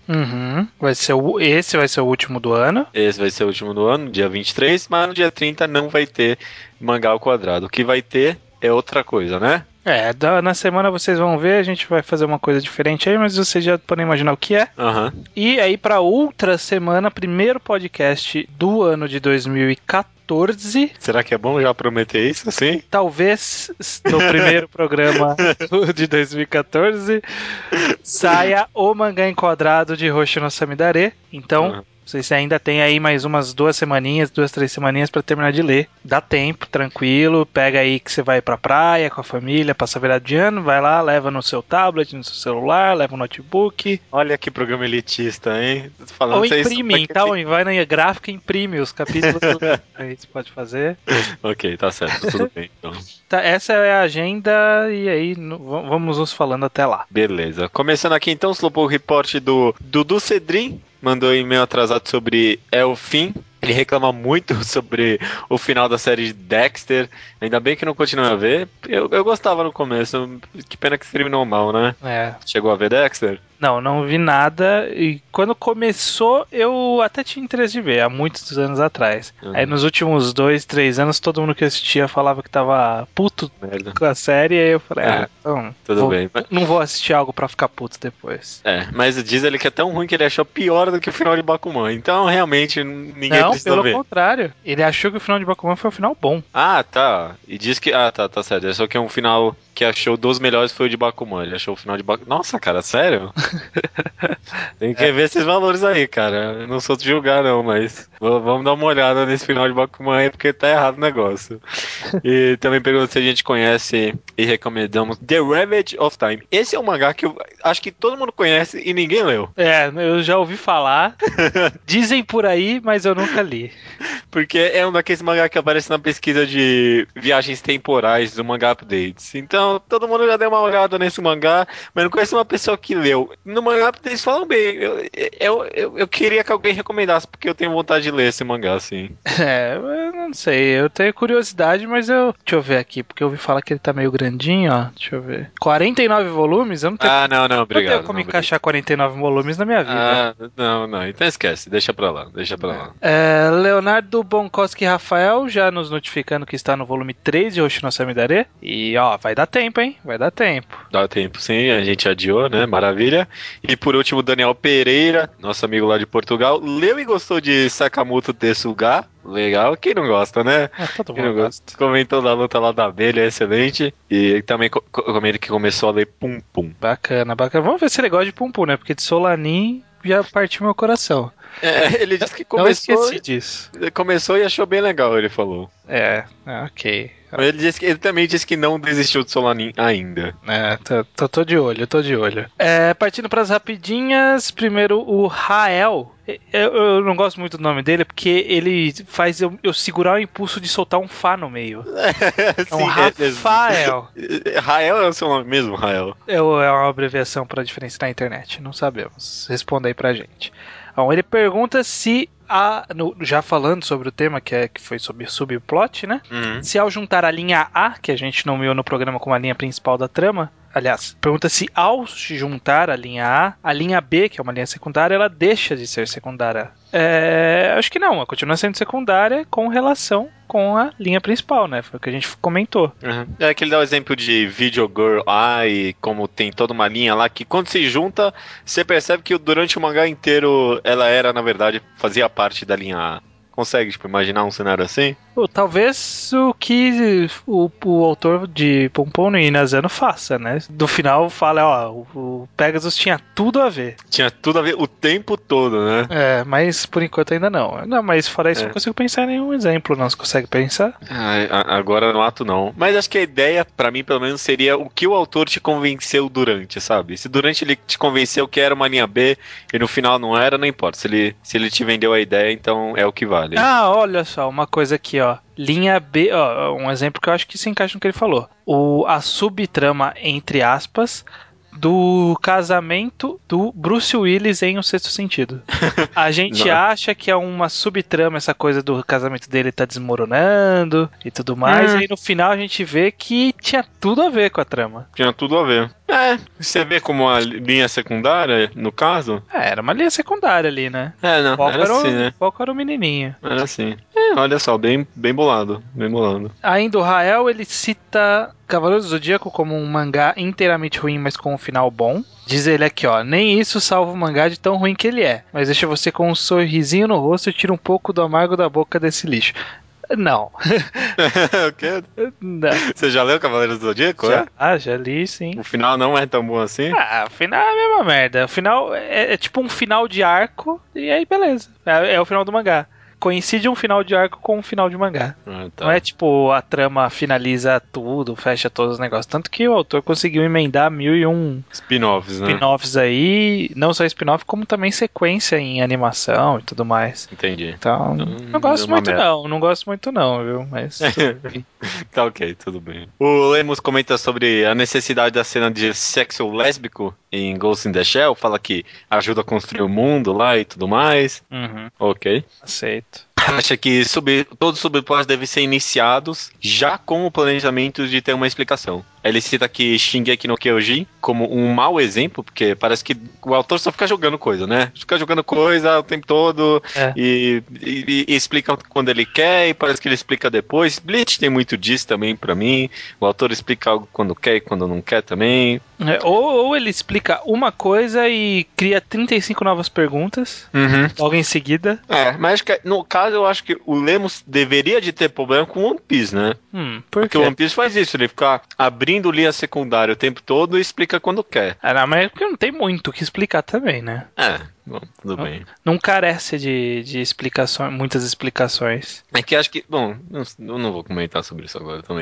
Esse vai ser o último do ano. Esse vai ser o último do ano, dia 23, mas no dia 30 não vai ter Mangá ao Quadrado. O que vai ter é outra coisa, né? Na semana vocês vão ver, a gente vai fazer uma coisa diferente aí, mas vocês já podem imaginar o que é. E aí, pra outra semana, primeiro podcast do ano de 2014. Será que é bom já prometer isso, assim? Talvez no primeiro programa de 2014 saia o Mangá Enquadrado de Hoshi no Samidare. Então... Vocês ainda tem aí mais umas 2 semaninhas, 2, 3 semaninhas pra terminar de ler. Dá tempo, tranquilo. Pega aí que você vai pra praia com a família, passa virado de ano, vai lá, leva no seu tablet, no seu celular, leva no notebook. Olha que programa elitista, hein? Ou imprime, então, vai na gráfica e imprime os capítulos. Aí você pode fazer. Ok, tá certo, tudo bem. Então. Tá, essa é a agenda e aí vamos nos falando até lá. Beleza. Começando aqui então o Slowpoke Report do Dudu Cedrin. Mandou e-mail atrasado sobre Elfim. Ele reclama muito sobre o final da série de Dexter. Ainda bem que não continua a ver. Eu gostava no começo. Que pena que terminou mal, né? É. Chegou a ver Dexter? Não vi nada. E quando começou, eu até tinha interesse de ver, há muitos anos atrás. Aí nos últimos 2, 3 anos, todo mundo que assistia falava que tava puto Merda. com a série. Aí eu falei, então. Tudo bem. Não vou assistir algo pra ficar puto depois. Mas diz ele que é tão ruim que ele achou pior do que o final de Bakuman. Então, realmente, ninguém Não, precisa pelo ver. contrário. Ele achou que o final de Bakuman foi um final bom. Ah, tá. E diz que... Ah, tá certo. É só que um final que achou dos melhores foi o de Bakuman. Ele achou o final de Bakuman... Nossa, cara, sério? Tem que ver esses valores aí, cara. Eu não sou de julgar, não, mas... Vamos dar uma olhada nesse final de Bakuman aí, porque tá errado o negócio. E também pergunta se a gente conhece e recomendamos The Ravage of Time. Esse é um mangá que eu acho que todo mundo conhece e ninguém leu. Eu já ouvi falar. Dizem por aí, mas eu nunca li. Porque é um daqueles mangá que aparece na pesquisa de viagens temporais do Mangá Updates. Então, todo mundo já deu uma olhada nesse mangá, mas não conhece uma pessoa que leu. No Mangá Updates falam bem. Eu queria que alguém recomendasse, porque eu tenho vontade de ler esse mangá, assim. Eu não sei. Eu tenho curiosidade, mas eu... Deixa eu ver aqui, porque eu ouvi falar que ele tá meio grandinho, ó. Deixa eu ver. 49 volumes? Eu não tenho... Não, obrigado. Não tenho como encaixar 49 volumes na minha vida. Não. Então esquece. Deixa pra lá. Leonardo Bonkoski Rafael já nos notificando que está no volume 3 de Hoshino Samidare. E, ó, vai dar tempo, hein? Vai dar tempo. Dá tempo, sim. A gente adiou, né? Maravilha. E por último, Daniel Pereira, nosso amigo lá de Portugal. Leu e gostou de Sakamoto Tesuga. Legal. Quem não gosta, né? Todo mundo gosta. Comentou da luta lá da abelha, excelente. E também comenta que começou a ler Pum Pum. Bacana. Vamos ver se ele gosta de Pum Pum, né? Porque de Solanin já partiu meu coração. Ele disse que Não esqueci disso. Começou e achou bem legal, ele falou. Ok. Ele também disse que não desistiu de Solanin ainda. Tô de olho. Partindo pras rapidinhas, primeiro o Rael. Eu não gosto muito do nome dele, porque ele faz eu segurar o impulso de soltar um Fá no meio. É um Rafael. Rael é o seu nome mesmo, Rael? É uma abreviação para diferença na internet, não sabemos. Responda aí pra gente. Bom, ele pergunta se já falando sobre o tema que foi sobre subplot, né? Se ao juntar a linha A, que a gente nomeou no programa como a linha principal da trama, aliás, pergunta se ao juntar a linha B, que é uma linha secundária, ela deixa de ser secundária. Acho que não, ela continua sendo secundária com relação com a linha principal, né? Foi o que a gente comentou. É que ele dá o exemplo de Video Girl e como tem toda uma linha lá que quando se junta, você percebe que durante o mangá inteiro ela era, na verdade, fazia parte da linha A. Consegue, imaginar um cenário assim? Talvez o que o autor de Pum Pum no Inazano faça, né? No final fala, o Pegasus tinha tudo a ver. Tinha tudo a ver o tempo todo, né? Mas por enquanto ainda não. Não, mas fora isso eu não consigo pensar em nenhum exemplo, não. Você consegue pensar? Agora no ato não. Mas acho que a ideia, pra mim, pelo menos, seria o que o autor te convenceu durante, sabe? Se durante ele te convenceu que era uma linha B e no final não era, não importa. Se ele te vendeu a ideia, então é o que vale. Olha só, uma coisa aqui, ó. Linha B, um exemplo que eu acho que se encaixa no que ele falou. A subtrama, entre aspas, do casamento do Bruce Willis em O Sexto Sentido. A gente acha que é uma subtrama essa coisa do casamento dele tá desmoronando e tudo mais, e aí no final a gente vê que tinha tudo a ver com a trama. Tinha tudo a ver. Você vê como uma linha secundária, no caso? Era uma linha secundária ali, né? Não, era assim, né? O foco era o menininho. Era assim. Olha só, bem bolado, bem bolado. Ainda o Rael, ele cita Cavaleiros do Zodíaco como um mangá inteiramente ruim, mas com um final bom. Diz ele aqui, ó, nem isso salva o mangá de tão ruim que ele é, mas deixa você com um sorrisinho no rosto e tira um pouco do amargo da boca desse lixo. Não. O quê? Não. Você já leu Cavaleiros do Zodíaco? Já li, sim. O final não é tão bom assim? O final é a mesma merda. O final é tipo um final de arco, e aí beleza. É o final do mangá. Coincide um final de arco com um final de mangá. Tá. Não é tipo a trama finaliza tudo, fecha todos os negócios. Tanto que o autor conseguiu emendar 1001 spin-offs, né? Spin-offs aí, não só spin-off, como também sequência em animação e tudo mais. Entendi. Então, não gosto muito não gosto muito não, viu? Mas tá ok, tudo bem. O Lemos comenta sobre a necessidade da cena de sexo lésbico em Ghost in the Shell, fala que ajuda a construir o mundo lá e tudo mais. Uhum. Ok. Aceito. acha que todos os subplots devem ser iniciados já com o planejamento de ter uma explicação. Ele cita aqui Shingeki no Kyojin como um mau exemplo, porque parece que o autor só fica jogando coisa, né? Fica jogando coisa o tempo todo e explica quando ele quer e parece que ele explica depois. Bleach tem muito disso também pra mim. O autor explica algo quando quer e quando não quer também. Ou ele explica uma coisa e cria 35 novas perguntas logo em seguida. Mas acho que, no caso eu acho que o Lemos deveria de ter problema com One Piece, né? Porque o One Piece faz isso, ele fica abrindo linha secundária o tempo todo e explica quando quer. Não, mas é porque não tem muito o que explicar também, né? Bom, tudo bem. Não carece de explicações, muitas explicações. É que acho que, bom, eu não vou comentar sobre isso agora também.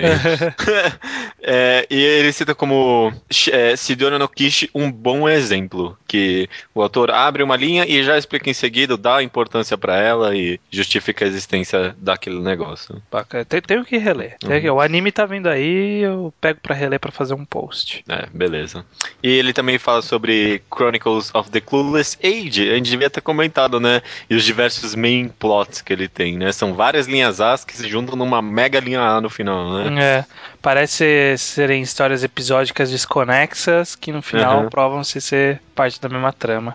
E ele cita como Sidonia no Kishi um bom exemplo, que o autor abre uma linha e já explica em seguida, dá importância pra ela e justifica a existência daquele negócio. Tenho que reler. O anime tá vindo aí, eu pego pra reler pra fazer um post. Beleza. E ele também fala sobre Chronicles of the Clueless Age. A gente devia ter comentado, né? E os diversos main plots que ele tem, né? São várias linhas As que se juntam numa mega linha A no final, né? Parece serem histórias episódicas desconexas que no final provam-se ser parte da mesma trama.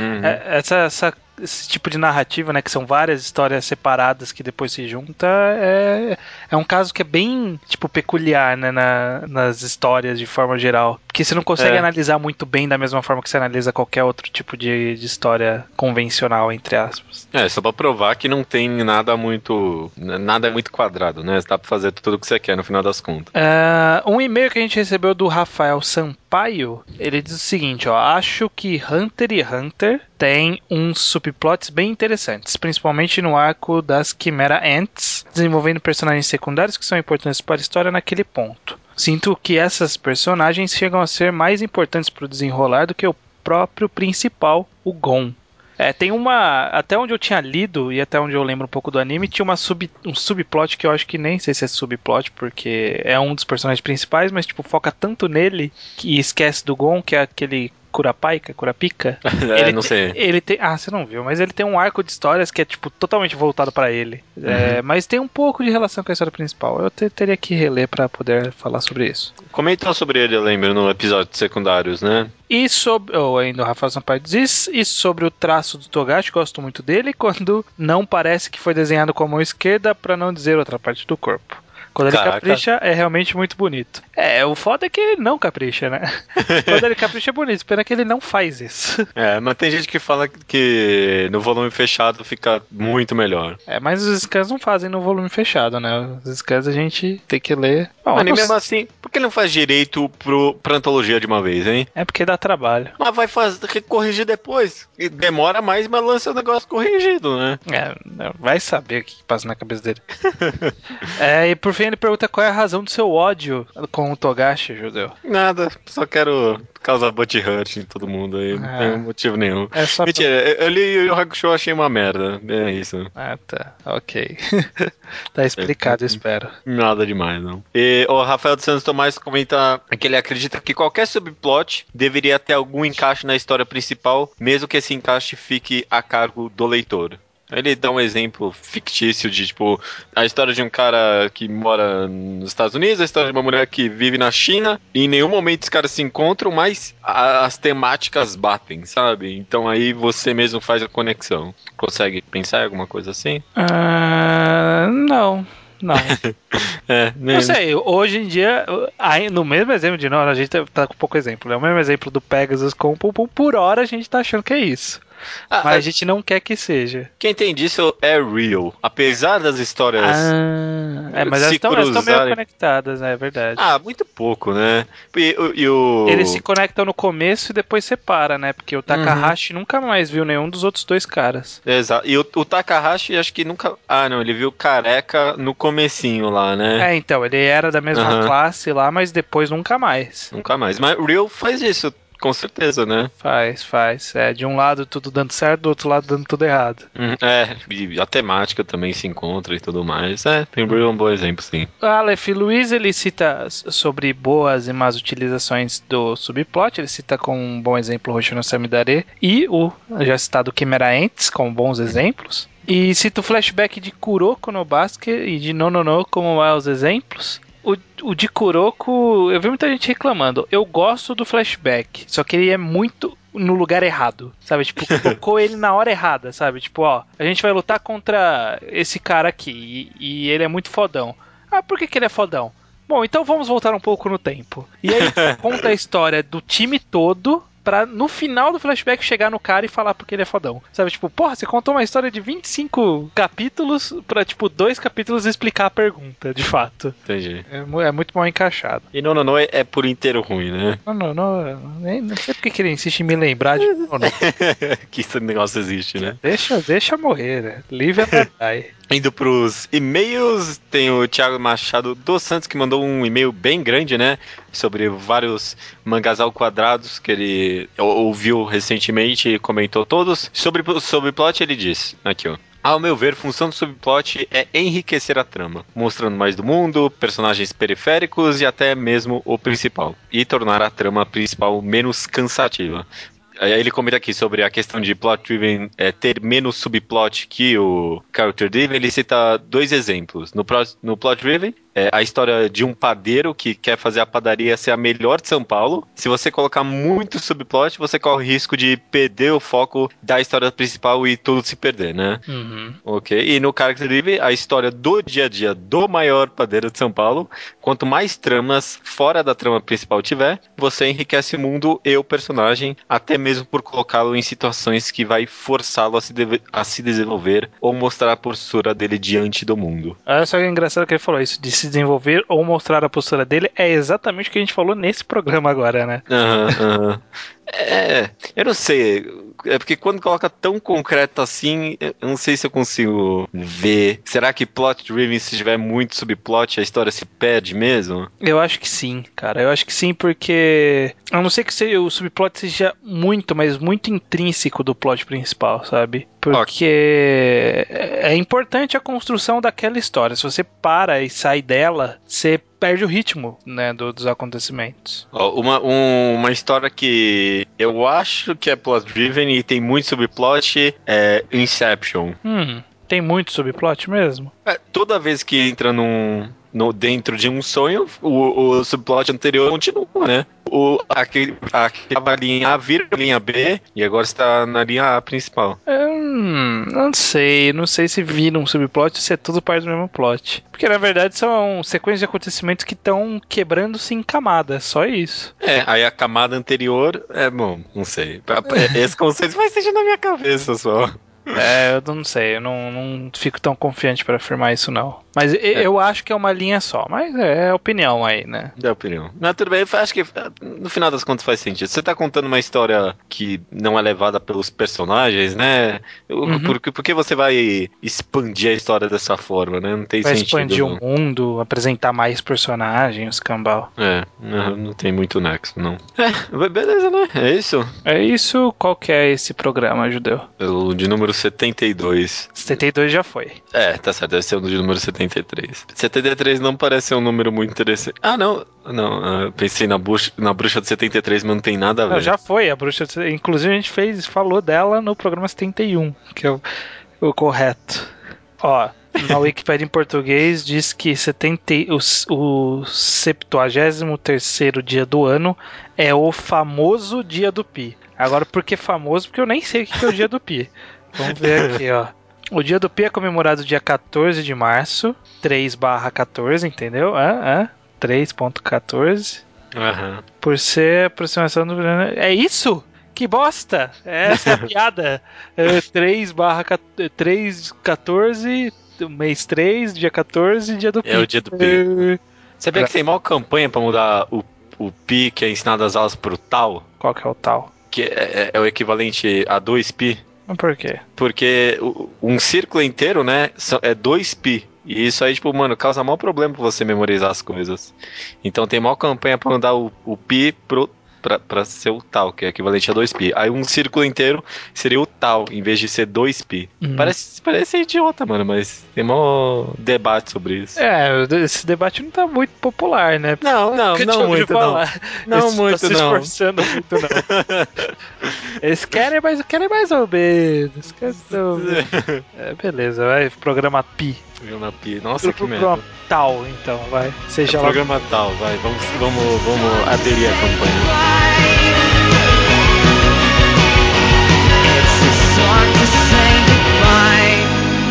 Esse tipo de narrativa, né, que são várias histórias separadas que depois se juntam, é um caso que é bem, tipo, peculiar, né, nas histórias de forma geral. Porque você não consegue analisar muito bem da mesma forma que você analisa qualquer outro tipo de história convencional, entre aspas. Só pra provar que não tem nada é muito quadrado, né? Dá pra fazer tudo o que você quer no final das contas. Um e-mail que a gente recebeu do Rafael Sampaio, ele diz o seguinte, acho que Hunter x Hunter tem uns subplots bem interessantes, principalmente no arco das Chimera Ants, desenvolvendo personagens secundários que são importantes para a história naquele ponto. Sinto que essas personagens chegam a ser mais importantes para o desenrolar do que o próprio principal, o Gon. Tem até onde eu tinha lido e até onde eu lembro um pouco do anime, tinha um subplot que eu acho que nem sei se é subplot, porque é um dos personagens principais, mas tipo, foca tanto nele que esquece do Gon, que é aquele Kurapika? Não sei. Ele tem, você não viu, mas ele tem um arco de histórias que é tipo totalmente voltado pra ele. Mas tem um pouco de relação com a história principal. Eu teria que reler pra poder falar sobre isso. Comentou sobre ele, eu lembro, no episódio de secundários, né? E sobre, ainda o Rafael Sampaio diz, e sobre o traço do Togashi, gosto muito dele, quando não parece que foi desenhado com a mão esquerda, pra não dizer outra parte do corpo. Quando ele capricha, é realmente muito bonito. O foda é que ele não capricha, né? Quando ele capricha é bonito, pena que ele não faz isso. Mas tem gente que fala que no volume fechado fica muito melhor. Mas os scans não fazem no volume fechado, né? Os scans a gente tem que ler. Bom, mesmo assim, por que não faz direito pra antologia de uma vez, hein? É porque dá trabalho. Mas vai corrigir depois. E demora mais, mas lança o negócio corrigido, né? Vai saber o que passa na cabeça dele. E por fim ele pergunta qual é a razão do seu ódio com o Togashi, Judeu. Nada, só quero causar butt hurt em todo mundo aí, não tem motivo nenhum. Mentira, eu li o Hakusho e achei uma merda, é isso. Tá, ok. Tá explicado, espero. Nada demais, não. E o Rafael dos Santos Tomás comenta que ele acredita que qualquer subplot deveria ter algum encaixe na história principal, mesmo que esse encaixe fique a cargo do leitor. Ele dá um exemplo fictício de, tipo, a história de um cara que mora nos Estados Unidos, a história de uma mulher que vive na China, e em nenhum momento os caras se encontram, mas as temáticas batem, sabe? Então aí você mesmo faz a conexão. Consegue pensar em alguma coisa assim? Não. Não sei, hoje em dia, no mesmo exemplo de nós, a gente tá com pouco exemplo, né? O mesmo exemplo do Pegasus com o Pum, por hora a gente tá achando que é isso. Mas a gente não quer que seja. Quem tem disso é Real. Apesar das histórias mas elas estão meio conectadas, né? É verdade. Muito pouco, né? Eles se conectam no começo e depois separa, né? Porque o Takahashi nunca mais viu nenhum dos outros dois caras. Exato. E o Takahashi acho que nunca... não, ele viu Careca no comecinho lá, né? Então, ele era da mesma classe lá, mas depois nunca mais. Nunca mais. Mas Real faz isso. Com certeza, né? Faz. É, de um lado tudo dando certo, do outro lado dando tudo errado. E a temática também se encontra e tudo mais. Pembury é um bom exemplo, sim. Aleph Luiz, ele cita sobre boas e más utilizações do subplot, ele cita com um bom exemplo o Hoshino Samidare e o já citado Chimera Ants como bons exemplos. E cita o flashback de Kuroko no Basque e de Nonono como maus exemplos. O de Kuroko, eu vi muita gente reclamando. Eu gosto do flashback, só que ele é muito no lugar errado, sabe? Tipo, colocou ele na hora errada, sabe? Tipo, ó, a gente vai lutar contra esse cara aqui e ele é muito fodão. Ah, por que ele é fodão? Bom, então vamos voltar um pouco no tempo. E aí conta a história do time todo pra no final do flashback chegar no cara e falar porque ele é fodão. Sabe, tipo, porra, você contou uma história de 25 capítulos pra, tipo, 2 capítulos explicar a pergunta, de fato. Entendi. É muito mal encaixado. E Nonono é por inteiro ruim, né? Não sei porque que ele insiste em me lembrar de Nonono. Que esse negócio existe, né? Deixa morrer, né? Live and die. Indo pros e-mails, tem o Thiago Machado dos Santos que mandou um e-mail bem grande, né? Sobre vários mangás ao quadrados que ele ouviu recentemente e comentou todos. Sobre plot ele diz, aqui ó. Ao meu ver, função do subplot é enriquecer a trama, mostrando mais do mundo, personagens periféricos e até mesmo o principal, e tornar a trama principal menos cansativa. Aí ele comenta aqui sobre a questão de plot driven ter menos subplot que o character driven. Ele cita 2 exemplos. No plot driven, a história de um padeiro que quer fazer a padaria ser a melhor de São Paulo. Se você colocar muito subplot, você corre o risco de perder o foco da história principal e tudo se perder, né? Uhum. Ok. E no character driven, a história do dia a dia do maior padeiro de São Paulo. Quanto mais tramas fora da trama principal tiver, você enriquece o mundo e o personagem, até mesmo por colocá-lo em situações que vai forçá-lo a se desenvolver ou mostrar a postura dele diante do mundo. Olha só que é engraçado que ele falou isso, de se desenvolver ou mostrar a postura dele, é exatamente o que a gente falou nesse programa agora, né? Aham. Eu não sei. É porque quando coloca tão concreto assim, eu não sei se eu consigo ver. Será que plot driven, se tiver muito subplot, a história se perde mesmo? Eu acho que sim, cara. Eu acho que sim, porque a não ser que o subplot seja muito, mas muito intrínseco do plot principal, sabe? Porque é importante a construção daquela história. Se você para e sai dela, você perde o ritmo, né, dos acontecimentos. Uma história que eu acho que é plot driven e tem muito subplot é Inception. Tem muito subplot mesmo? Toda vez que entra dentro de um sonho, o subplot anterior continua, né? Aquela linha A vira linha B e agora está na linha A principal. Não sei se vira um subplot ou se é tudo parte do mesmo plot. Porque na verdade são sequências de acontecimentos que estão quebrando-se em camadas, só isso. Aí a camada anterior bom, não sei. Esse conceito faz sentido na minha cabeça só. Eu não sei, eu não fico tão confiante pra afirmar isso não. Mas eu acho que é uma linha só, mas é opinião aí, né? É opinião. Mas tudo bem, eu acho que no final das contas faz sentido. Você tá contando uma história que não é levada pelos personagens, né? Por que você vai expandir a história dessa forma, né? Não tem vai sentido. Vai expandir o mundo, apresentar mais personagens, cambal. Não tem muito nexo, não. Beleza, né? É isso? É isso. Qual que é esse programa, Judeu? O de número 72. 72 já foi. Tá certo, deve ser o de número 73. 73 não parece ser um número muito interessante. Não, eu pensei na bruxa de 73, mas não tem nada a ver. Não, já foi, a bruxa de... Inclusive a gente falou dela no programa 71, que é o correto. Ó, na Wikipedia em português diz que o 73º dia do ano é o famoso dia do Pi. Agora, por que famoso? Porque eu nem sei o que é o dia do Pi. Vamos ver aqui, ó. O dia do Pi é comemorado dia 14 de março, 3/14, entendeu? 3.14. Por ser aproximação do... É isso? Que bosta! Essa é a piada. 3/14, mês 3, dia 14, dia do Pi. É o dia do Pi. Sabia que tem maior campanha pra mudar o Pi, que é ensinado às aulas pro Tal? Qual que é o Tal? Que é o equivalente a 2π. Mas por quê? Porque um círculo inteiro, né, é 2π. E isso aí, tipo, mano, causa maior problema pra você memorizar as coisas. Então tem maior campanha pra mandar o pi pra ser o tal, que é equivalente a 2π. Aí um círculo inteiro seria o tal, em vez de ser 2π. Parece idiota, mano, mas tem mó debate sobre isso. Esse debate não tá muito popular, né? Não muito, falar. Não muito, tá se esforçando muito, não. Eles querem mais ou menos. Beleza, vai, programa Pi. Programa Pi, nossa, que merda. Programa tal, então, vai. Seja lá. Programa tal, vai, vamos aderir à campanha. It's hard to say goodbye.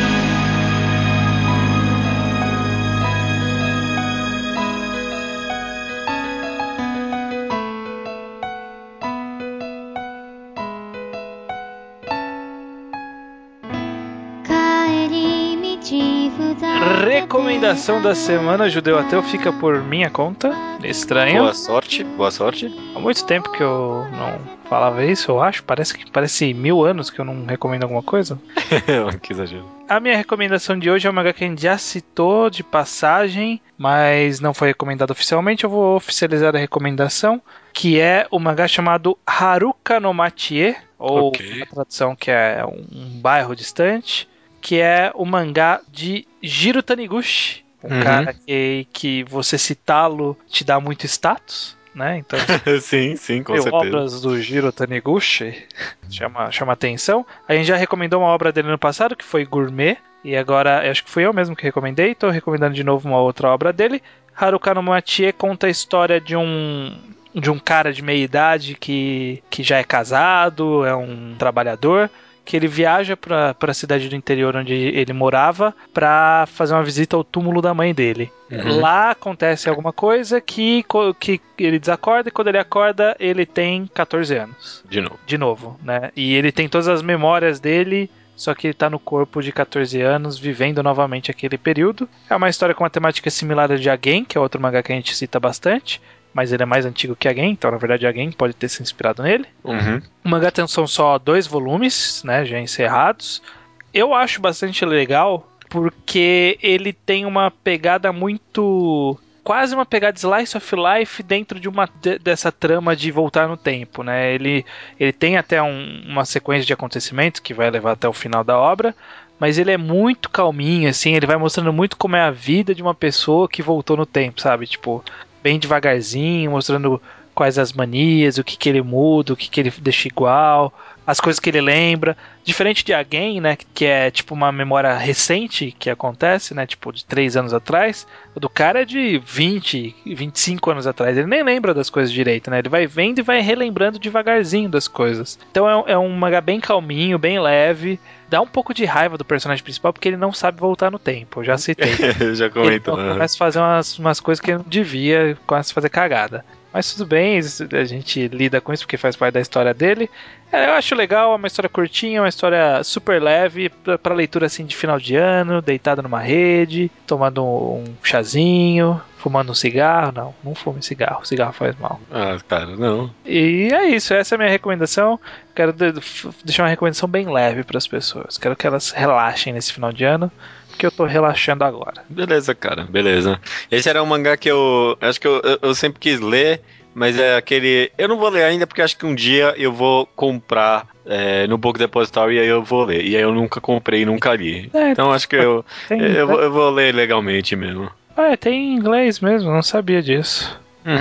Recomendação da semana, Judeu Ateu, fica por minha conta. Estranho. Boa sorte. Há muito tempo que eu não falava isso, eu acho. Parece 1000 anos que eu não recomendo alguma coisa. Que exagero. A minha recomendação de hoje é uma mangá que a gente já citou de passagem, mas não foi recomendado oficialmente. Eu vou oficializar a recomendação, que é o mangá chamado Haruka no Matie, ou a tradução que é um bairro distante, que é o mangá de Jiro Taniguchi, cara que você citá-lo te dá muito status, né? Então, sim, com certeza. Obras do Jiro Taniguchi chama atenção. A gente já recomendou uma obra dele no passado, que foi Gourmet, e agora acho que fui eu mesmo que recomendei, estou recomendando de novo uma outra obra dele. Haruka no Matie conta a história de um cara de meia idade que já é casado, é um trabalhador, que ele viaja para a cidade do interior onde ele morava para fazer uma visita ao túmulo da mãe dele. Lá acontece alguma coisa que ele desacorda, e quando ele acorda ele tem 14 anos. De novo, né? E ele tem todas as memórias dele, só que ele tá no corpo de 14 anos, vivendo novamente aquele período. É uma história com uma temática similar a de Again, que é outro mangá que a gente cita bastante, mas ele é mais antigo que Again, então na verdade Again pode ter se inspirado nele. O mangá são só 2 volumes, né, já encerrados. Eu acho bastante legal porque ele tem uma pegada muito... quase uma pegada slice of life dentro de dessa trama de voltar no tempo, né? Ele tem até uma sequência de acontecimentos que vai levar até o final da obra, mas ele é muito calminho, assim, ele vai mostrando muito como é a vida de uma pessoa que voltou no tempo, sabe? Tipo, bem devagarzinho, mostrando quais as manias, o que ele muda, o que ele deixa igual, as coisas que ele lembra. Diferente de Again, né, que é tipo uma memória recente que acontece, né, tipo de 3 anos atrás, o do cara é de 20, 25 anos atrás, ele nem lembra das coisas direito, né, ele vai vendo e vai relembrando devagarzinho das coisas. Então é um mangá bem calminho, bem leve, dá um pouco de raiva do personagem principal porque ele não sabe voltar no tempo, eu já citei. Já comentou. Ele começa a fazer umas coisas que ele não devia, começa a fazer cagada. Mas tudo bem, a gente lida com isso porque faz parte da história dele. Eu acho legal, é uma história curtinha, uma história super leve, pra leitura assim de final de ano, deitado numa rede, tomando um chazinho, fumando um cigarro. Não fume cigarro, cigarro faz mal. Ah, cara, não. E é isso, essa é a minha recomendação. Quero deixar uma recomendação bem leve para as pessoas. Quero que elas relaxem nesse final de ano, porque eu tô relaxando agora. Beleza, cara, beleza. Esse era um mangá que eu acho que eu sempre quis ler, mas é aquele... Eu não vou ler ainda porque acho que um dia eu vou comprar no Book Depository e aí eu vou ler. E aí eu nunca comprei e nunca li. Então acho que eu vou ler legalmente mesmo. Tem em inglês mesmo, não sabia disso.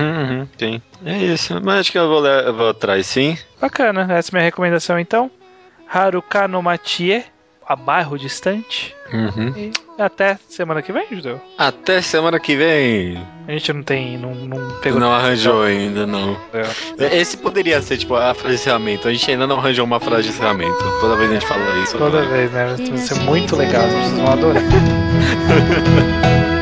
Tem. É isso, mas acho que eu vou atrás sim. Bacana, essa é a minha recomendação então. Haruka no Matie, a bairro distante. E até semana que vem, Judeu. Até semana que vem. A gente não pegou. Não arranjou ainda, não. Esse poderia ser, tipo, a frase de encerramento. A gente ainda não arranjou uma frase de encerramento. Toda vez a gente fala isso. Toda vez, né? Vai ser muito legal, vocês vão adorar.